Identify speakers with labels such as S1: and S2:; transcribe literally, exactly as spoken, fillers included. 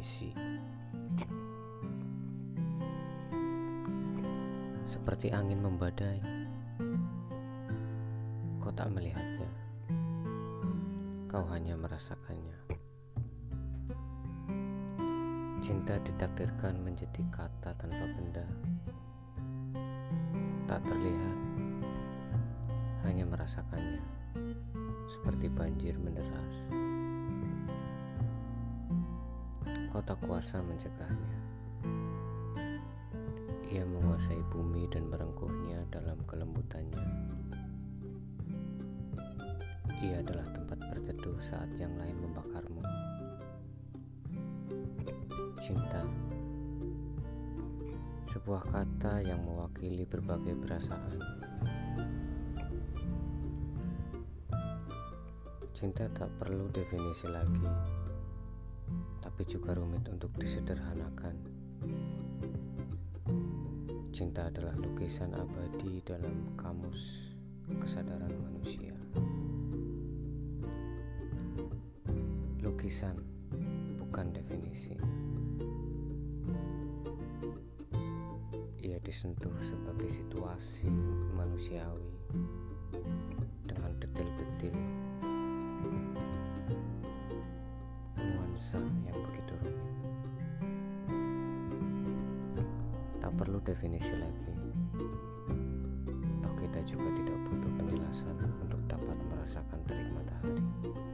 S1: definisi. Seperti angin membadai, kau tak melihatnya, kau hanya merasakannya. Cinta ditakdirkan menjadi kata tanpa benda, tak terlihat, hanya merasakannya, seperti banjir menderas. Kau tak kuasa mencegahnya. Ia menguasai bumi dan merengkuhnya dalam kelembutannya. Ia adalah tempat berteduh saat yang lain membakarmu. Cinta, sebuah kata yang mewakili berbagai perasaan. Cinta tak perlu definisi lagi, tapi juga rumit untuk disederhanakan. Cinta adalah lukisan abadi dalam kamus kesadaran manusia. Lukisan, bukan definisi. Ia disentuh sebagai situasi manusiawi dengan detil-detil nuansa yang begitu rumit. Tak perlu definisi lagi. Toh kita juga tidak butuh penjelasan untuk dapat merasakan terik matahari.